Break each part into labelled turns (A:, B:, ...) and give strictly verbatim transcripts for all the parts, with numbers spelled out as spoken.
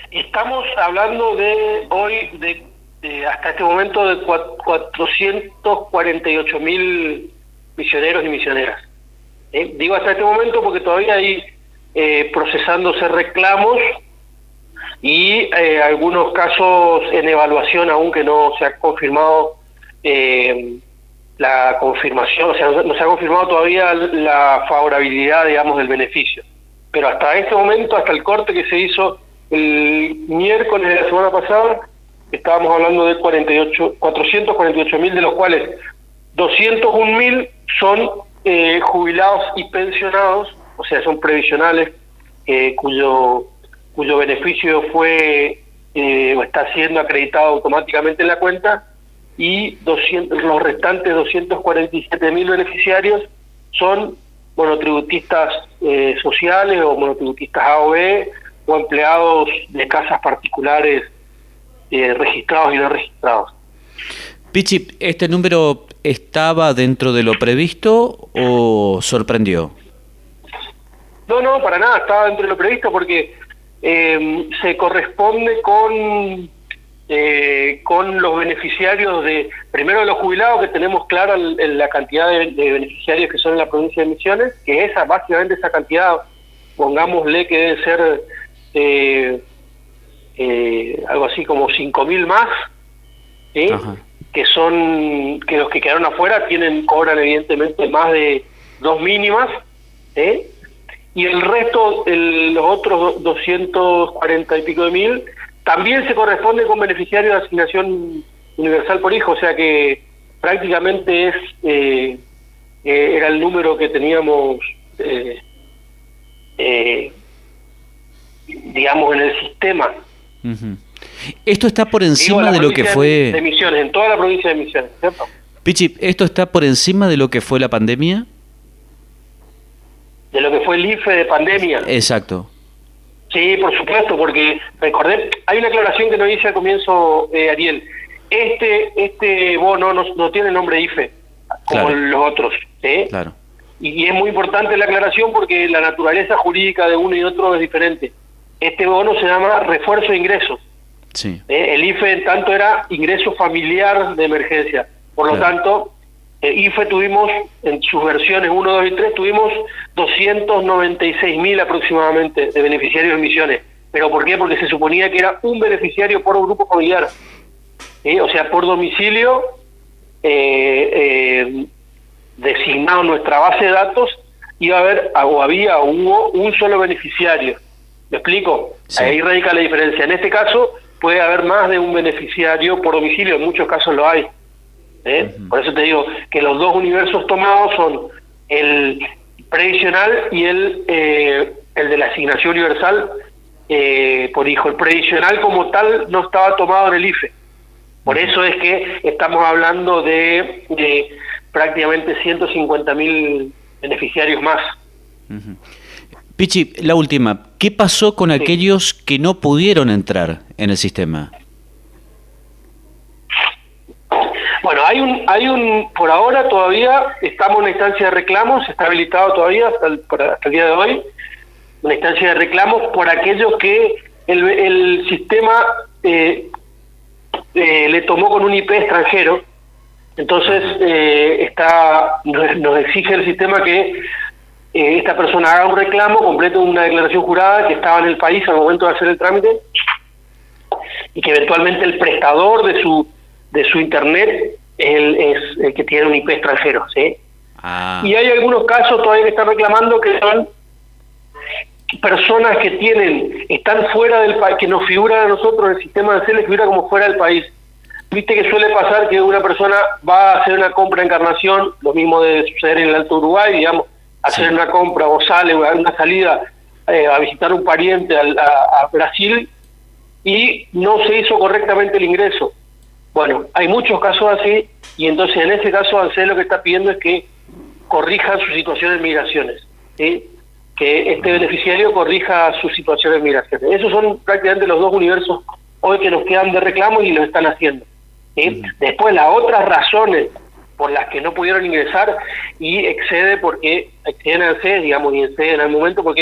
A: Estamos hablando de hoy, de, de hasta este momento, de cuatrocientos cuarenta y ocho mil misioneros y misioneras. ¿Eh? Digo hasta este momento porque todavía hay eh, procesándose reclamos y eh, algunos casos en evaluación, aún que no se ha confirmado eh, la confirmación, o sea, no se ha confirmado todavía la favorabilidad, digamos, del beneficio. Pero hasta este momento, hasta el corte que se hizo el miércoles de la semana pasada, estábamos hablando de cuarenta y ocho, cuatrocientos cuarenta y ocho mil, de los cuales doscientos un mil son eh, jubilados y pensionados, o sea, son previsionales, eh, cuyo cuyo beneficio fue eh, o está siendo acreditado automáticamente en la cuenta, y doscientos, los restantes doscientos cuarenta y siete mil beneficiarios son monotributistas eh, sociales o monotributistas A o B o empleados de casas particulares eh, registrados y no registrados.
B: Pichi, ¿este número estaba dentro de lo previsto o sorprendió?
A: No, no, para nada, estaba dentro de lo previsto porque eh, se corresponde con eh, con los beneficiarios de, primero de los jubilados, que tenemos clara el, el, la cantidad de, de beneficiarios que son en la provincia de Misiones, que esa, básicamente esa cantidad, pongámosle que debe ser eh, eh, algo así como cinco mil más, ¿sí? Que son, que los que quedaron afuera tienen, cobran evidentemente más de dos mínimas, ¿sí? Y el resto, el, los otros doscientos cuarenta y pico de mil, también se corresponde con beneficiarios de asignación universal por hijo, o sea que prácticamente es eh, eh, era el número que teníamos, eh, eh, digamos, en el sistema.
B: Uh-huh. Esto está por encima de lo que fue...
A: de Misiones, en toda la provincia de Misiones, ¿cierto?
B: Pichi, ¿esto está por encima de lo que fue la pandemia?
A: De lo que fue el I F E de pandemia.
B: Exacto.
A: Sí, por supuesto, porque recordé, hay una aclaración que no hice al comienzo, eh, Ariel. Este este bono no, no tiene nombre I F E, como claro. Los otros. ¿eh?
B: Claro.
A: Y, y es muy importante la aclaración porque la naturaleza jurídica de uno y otro es diferente. Este bono se llama refuerzo de ingresos.
B: Sí.
A: ¿eh? El I F E, en tanto, era ingreso familiar de emergencia. Por lo claro. tanto, el I F E tuvimos, en sus versiones uno, dos y tres, tuvimos doscientos noventa y seis mil aproximadamente de beneficiarios de Misiones. ¿Pero por qué? Porque se suponía que era un beneficiario por grupo familiar. ¿eh? O sea, por domicilio eh, eh, designado en nuestra base de datos, iba a haber, o había, o hubo un solo beneficiario. ¿Me explico? Sí. Ahí radica la diferencia. En este caso, puede haber más de un beneficiario por domicilio, en muchos casos lo hay. ¿Eh? Uh-huh. Por eso te digo que los dos universos tomados son el previsional y el eh, el de la asignación universal eh, por hijo. El previsional como tal no estaba tomado en el I F E. Por uh-huh. eso es que estamos hablando de, de prácticamente ciento cincuenta mil beneficiarios más.
B: Uh-huh. Pichi, la última, ¿qué pasó con sí. aquellos que no pudieron entrar en el sistema?
A: Bueno, hay un, hay un, por ahora todavía estamos en una instancia de reclamos, está habilitado todavía hasta el, hasta el día de hoy, una instancia de reclamos por aquellos que el, el sistema eh, eh, le tomó con un I P extranjero. Entonces eh, está nos, nos exige el sistema que eh, esta persona haga un reclamo, complete una declaración jurada que estaba en el país al momento de hacer el trámite y que eventualmente el prestador de su de su internet él es el que tiene un I P extranjero, ¿sí?
B: Ah.
A: Y hay algunos casos todavía que están reclamando que son personas que tienen, están fuera del país, que nos figuran a nosotros en el sistema de C E L, figura como fuera del país. Viste que suele pasar que una persona va a hacer una compra en Encarnación, lo mismo debe suceder en el Alto Uruguay, digamos, hacer sí. una compra o sale, o una salida eh, a visitar un pariente a, a, a Brasil y no se hizo correctamente el ingreso. Bueno, hay muchos casos así, y entonces en ese caso ANSES lo que está pidiendo es que corrijan su situación de migraciones, ¿sí? Que este beneficiario corrija su situación de migraciones. Esos son prácticamente los dos universos hoy que nos quedan de reclamo y lo están haciendo, ¿sí? Uh-huh. Después, las otras razones por las que no pudieron ingresar, y excede porque exceden a ANSES, digamos, y exceden al momento porque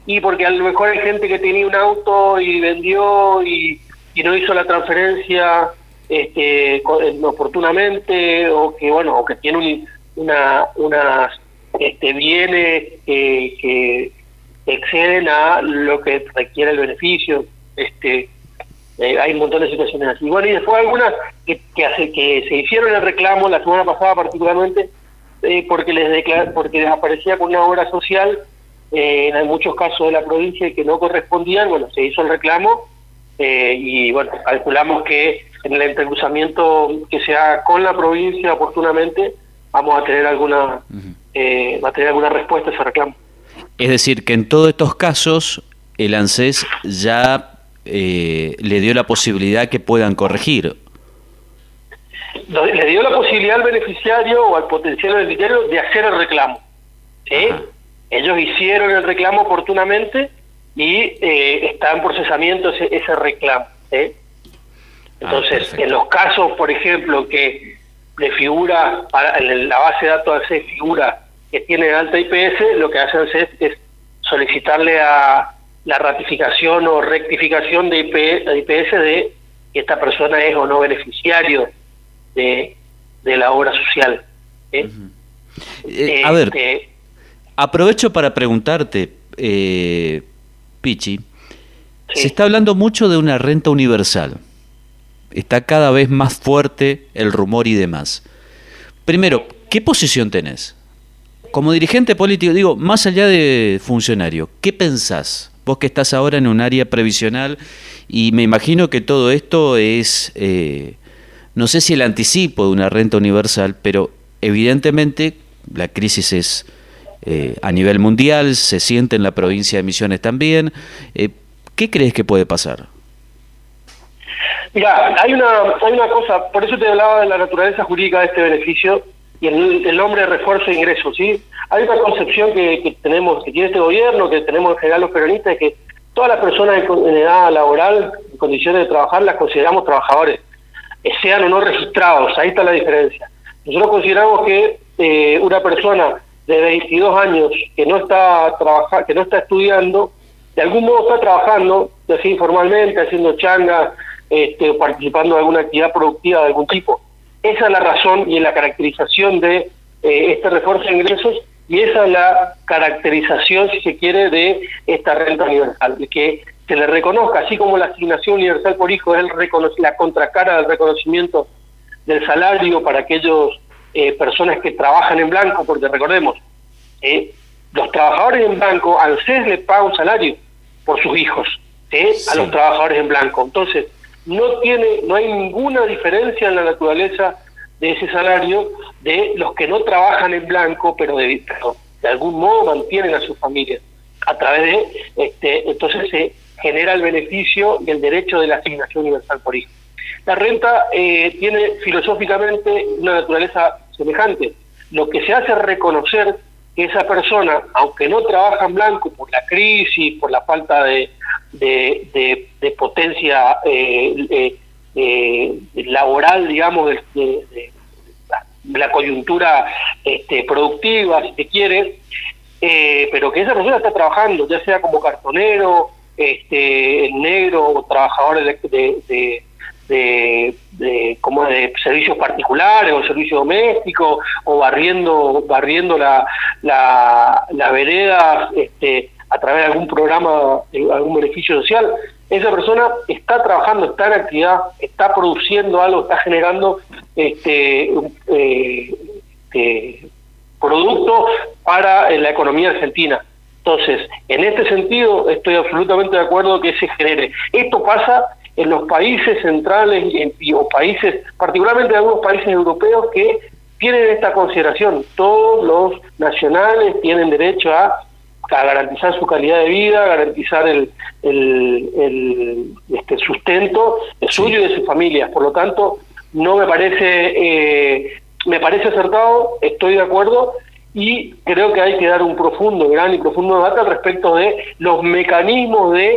A: y porque a lo mejor hay gente que tenía un auto y vendió y, y no hizo la transferencia este, oportunamente, o que bueno, o que tiene un, una unas este, bienes que, que exceden a lo que requiere el beneficio. Este, eh, hay un montón de situaciones así. Bueno, y después algunas que, que, hace, que se hicieron el reclamo la semana pasada particularmente, eh, porque les declar, porque les aparecía con una obra social eh, en muchos casos de la provincia que no correspondían. Bueno, se hizo el reclamo eh, y bueno, calculamos que en el entrecruzamiento que se haga con la provincia oportunamente vamos a tener alguna uh-huh. eh, va a tener alguna respuesta a ese reclamo.
B: Es decir, que en todos estos casos el ANSES ya eh, le dio la posibilidad que puedan corregir.
A: Le dio la posibilidad al beneficiario o al potencial beneficiario de hacer el reclamo. ¿Sí? Ellos hicieron el reclamo oportunamente y eh, está en procesamiento ese, ese reclamo. ¿Sí? Entonces, ah, en los casos, por ejemplo, que le figura, para, en la base de datos de ANSES figura que tiene alta I P S, lo que hace ANSES es solicitarle a la ratificación o rectificación de I P S de que esta persona es o no beneficiario de, de la obra social. ¿eh?
B: Uh-huh. eh, a este, ver, aprovecho para preguntarte, eh, Pichi, sí. Se está hablando mucho de una renta universal. Está cada vez más fuerte el rumor y demás. Primero, ¿qué posición tenés? Como dirigente político, digo, más allá de funcionario, ¿qué pensás? Vos que estás ahora en un área previsional y me imagino que todo esto es, eh, no sé si el anticipo de una renta universal, pero evidentemente la crisis es eh, a nivel mundial, se siente en la provincia de Misiones también. Eh, ¿Qué crees que puede pasar?
A: Mira, hay una, hay una cosa, por eso te hablaba de la naturaleza jurídica de este beneficio y el, el nombre de refuerzo de ingresos, ¿sí? Hay una concepción que, que tenemos, que tiene este gobierno, que tenemos en general los peronistas, de que todas las personas en, en edad laboral, en condiciones de trabajar, las consideramos trabajadores, sean o no registrados. Ahí está la diferencia. Nosotros consideramos que eh, una persona de veintidós años que no está trabaja, que no está estudiando, de algún modo está trabajando, ya sea informalmente, haciendo changa, este, participando en alguna actividad productiva de algún tipo. Esa es la razón y la caracterización de eh, este refuerzo de ingresos, y esa es la caracterización, si se quiere, de esta renta universal, de que se le reconozca, así como la asignación universal por hijo es el recono- la contracara del reconocimiento del salario para aquellos eh, personas que trabajan en blanco, porque recordemos, eh, los trabajadores en blanco, ANSES le paga un salario por sus hijos, ¿eh? Sí. A los trabajadores en blanco. Entonces, no tiene, no hay ninguna diferencia en la naturaleza de ese salario de los que no trabajan en blanco, pero de, pero de algún modo mantienen a sus familias. A través de, este, entonces se genera el beneficio y el derecho de la asignación universal por hijo. La renta eh, tiene filosóficamente una naturaleza semejante. Lo que se hace es reconocer que esa persona, aunque no trabaja en blanco por la crisis, por la falta de, de, de, de potencia eh, eh, eh, laboral, digamos, de, de, de, de la coyuntura este, productiva, si se quiere, eh, pero que esa persona está trabajando, ya sea como cartonero, este, negro, o trabajador de, de, de De, de como de servicios particulares o servicio doméstico, o barriendo barriendo la la, la vereda este, a través de algún programa, de algún beneficio social. Esa persona está trabajando, está en actividad, está produciendo algo, está generando este, eh, eh, productos para la economía argentina. Entonces, en este sentido, estoy absolutamente de acuerdo que se genere. Esto pasa en los países centrales y, en, y o países, particularmente en algunos países europeos que tienen esta consideración. Todos los nacionales tienen derecho a, a garantizar su calidad de vida, garantizar el, el, el este sustento suyo y de sus familias. Por lo tanto, no me parece eh, me parece acertado, estoy de acuerdo, y creo que hay que dar un profundo, gran y profundo debate al respecto de los mecanismos de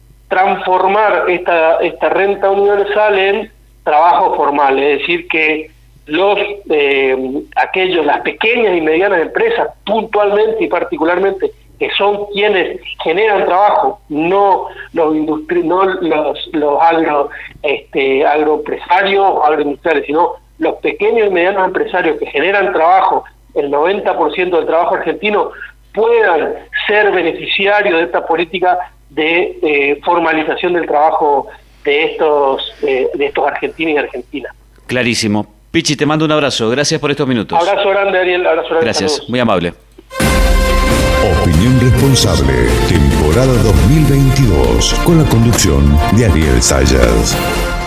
A: transformar esta esta renta universal en trabajo formal, es decir, que los eh, aquellos, las pequeñas y medianas empresas, puntualmente y particularmente que son quienes generan trabajo, no los industri no los, los agro, este, agroempresarios o agroindustriales, sino los pequeños y medianos empresarios que generan trabajo, el noventa por ciento del trabajo argentino, puedan ser beneficiarios de esta política de eh, formalización del trabajo de estos eh, de estos argentinos y argentinas.
B: Clarísimo. Pichi, te mando un abrazo. Gracias por estos minutos.
A: Abrazo grande, Ariel. Abrazo grande.
B: Gracias. Saludos. Muy amable.
C: Opinión Responsable, temporada dos mil veintidós, con la conducción de Ariel Sayas.